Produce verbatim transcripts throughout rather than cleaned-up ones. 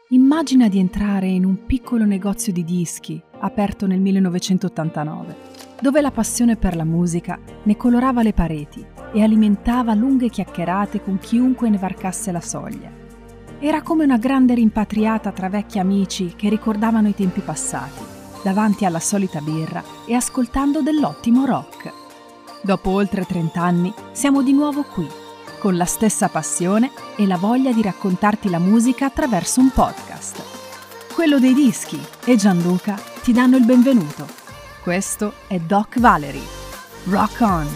Immagina di entrare in un piccolo negozio di dischi aperto nel millenovecentottantanove, dove la passione per la musica ne colorava le pareti e alimentava lunghe chiacchierate con chiunque ne varcasse la soglia. Era come una grande rimpatriata tra vecchi amici che ricordavano i tempi passati, davanti alla solita birra e ascoltando dell'ottimo rock. Dopo oltre trent'anni siamo di nuovo qui, con la stessa passione e la voglia di raccontarti la musica attraverso un podcast. Quello dei dischi e Gianluca ti danno il benvenuto. Questo è Doc Valery. Rock on!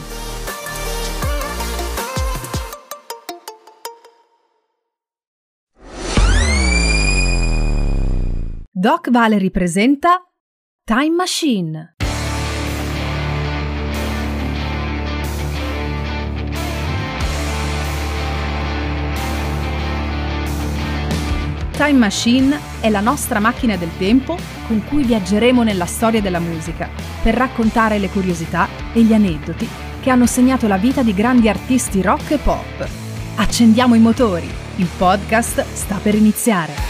Doc Valery presenta Time Machine. Time Machine è la nostra macchina del tempo con cui viaggeremo nella storia della musica per raccontare le curiosità e gli aneddoti che hanno segnato la vita di grandi artisti rock e pop. Accendiamo i motori, il podcast sta per iniziare.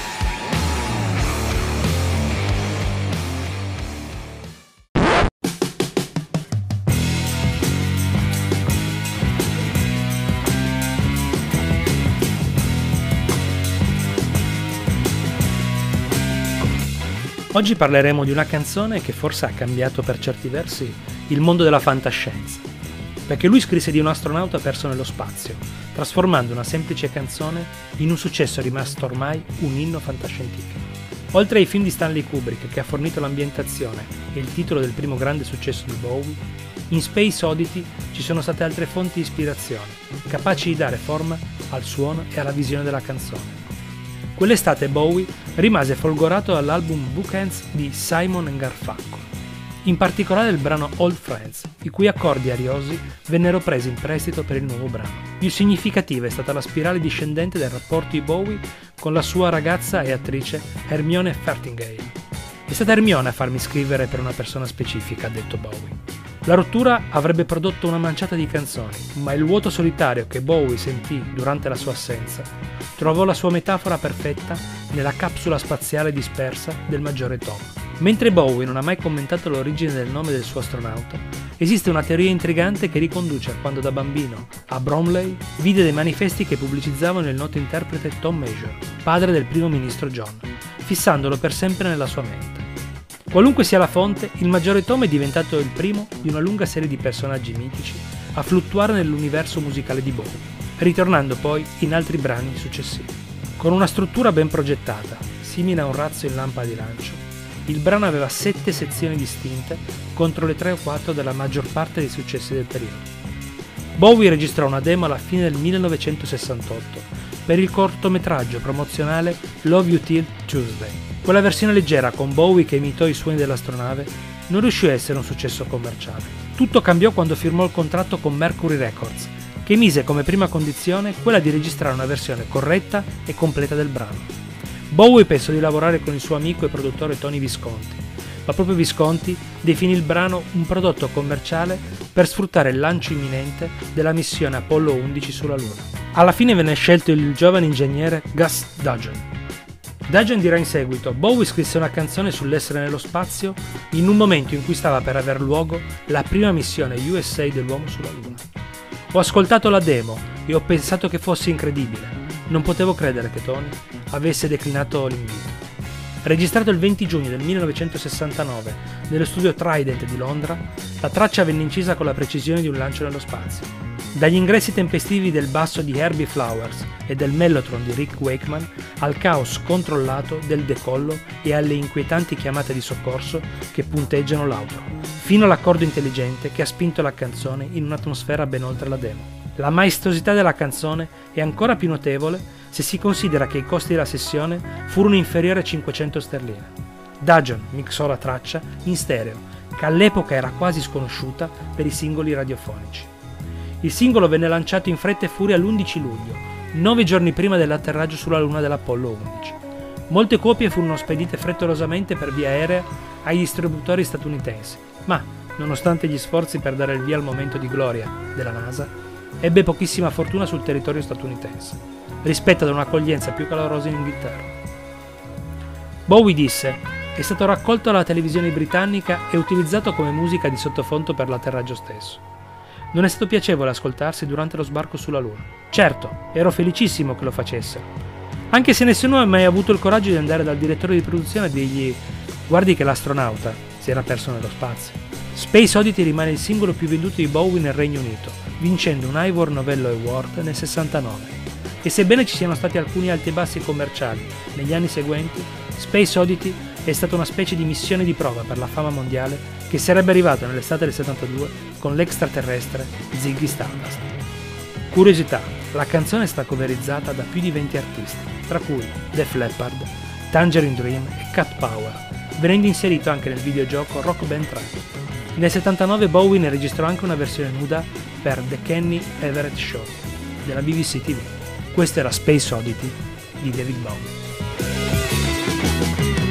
Oggi parleremo di una canzone che forse ha cambiato per certi versi il mondo della fantascienza, perché lui scrisse di un astronauta perso nello spazio, trasformando una semplice canzone in un successo rimasto ormai un inno fantascientifico. Oltre ai film di Stanley Kubrick, che ha fornito l'ambientazione e il titolo del primo grande successo di Bowie, in Space Oddity ci sono state altre fonti di ispirazione, capaci di dare forma al suono e alla visione della canzone. Quell'estate Bowie rimase folgorato dall'album Bookends di Simon and Garfunkel, in particolare il brano Old Friends, i cui accordi ariosi vennero presi in prestito per il nuovo brano. Più significativa è stata la spirale discendente del rapporto di Bowie con la sua ragazza e attrice Hermione Farthingale. È stata Hermione a farmi scrivere per una persona specifica, ha detto Bowie. La rottura avrebbe prodotto una manciata di canzoni, ma il vuoto solitario che Bowie sentì durante la sua assenza trovò la sua metafora perfetta nella capsula spaziale dispersa del maggiore Tom. Mentre Bowie non ha mai commentato l'origine del nome del suo astronauta, esiste una teoria intrigante che riconduce a quando da bambino, a Bromley, vide dei manifesti che pubblicizzavano il noto interprete Tom Major, padre del primo ministro John, fissandolo per sempre nella sua mente. Qualunque sia la fonte, il maggiore Tom è diventato il primo di una lunga serie di personaggi mitici a fluttuare nell'universo musicale di Bowie, ritornando poi in altri brani successivi. Con una struttura ben progettata, simile a un razzo in lampada di lancio, il brano aveva sette sezioni distinte contro le tre o quattro della maggior parte dei successi del periodo. Bowie registrò una demo alla fine del millenovecentosessantotto per il cortometraggio promozionale Love You Till Tuesday. Quella versione leggera con Bowie che imitò i suoni dell'astronave non riuscì a essere un successo commerciale. Tutto cambiò quando firmò il contratto con Mercury Records, che mise come prima condizione quella di registrare una versione corretta e completa del brano. Bowie pensò di lavorare con il suo amico e produttore Tony Visconti, ma proprio Visconti definì il brano un prodotto commerciale per sfruttare il lancio imminente della missione Apollo undici sulla Luna. Alla fine venne scelto il giovane ingegnere Gus Dudgeon. Dudgeon dirà in seguito: Bowie scrisse una canzone sull'essere nello spazio in un momento in cui stava per aver luogo la prima missione U S A dell'uomo sulla Luna. Ho ascoltato la demo e ho pensato che fosse incredibile. Non potevo credere che Tony avesse declinato l'invito. Registrato il venti giugno del millenovecentosessantanove nello studio Trident di Londra, la traccia venne incisa con la precisione di un lancio nello spazio. Dagli ingressi tempestivi del basso di Herbie Flowers e del mellotron di Rick Wakeman al caos controllato del decollo e alle inquietanti chiamate di soccorso che punteggiano l'outro, fino all'accordo intelligente che ha spinto la canzone in un'atmosfera ben oltre la demo. La maestosità della canzone è ancora più notevole se si considera che i costi della sessione furono inferiori a cinquecento sterline. Dudgeon mixò la traccia in stereo, che all'epoca era quasi sconosciuta per i singoli radiofonici. Il singolo venne lanciato in fretta e furia l'undici luglio, nove giorni prima dell'atterraggio sulla Luna dell'Apollo undici. Molte copie furono spedite frettolosamente per via aerea ai distributori statunitensi, ma, nonostante gli sforzi per dare il via al momento di gloria della NASA, ebbe pochissima fortuna sul territorio statunitense, rispetto ad un'accoglienza più calorosa in Inghilterra. Bowie disse: è stato raccolto dalla televisione britannica e utilizzato come musica di sottofondo per l'atterraggio stesso. Non è stato piacevole ascoltarsi durante lo sbarco sulla Luna. Certo, ero felicissimo che lo facessero. Anche se nessuno ha mai avuto il coraggio di andare dal direttore di produzione e dirgli: guardi che l'astronauta si era perso nello spazio. Space Oddity rimane il singolo più venduto di Bowie nel Regno Unito, vincendo un Ivor Novello Award nel sessantanove. E sebbene ci siano stati alcuni alti e bassi commerciali negli anni seguenti, Space Oddity è stata una specie di missione di prova per la fama mondiale che sarebbe arrivata nell'estate del settantadue con l'extraterrestre Ziggy Stardust. Curiosità, la canzone è stata coverizzata da più di venti artisti, tra cui Def Leppard, Tangerine Dream e Cat Power, venendo inserito anche nel videogioco Rock Band tre. Nel settantanove Bowie ne registrò anche una versione nuda per The Kenny Everett Show della B B C T V. Questa era Space Oddity di David Bowie.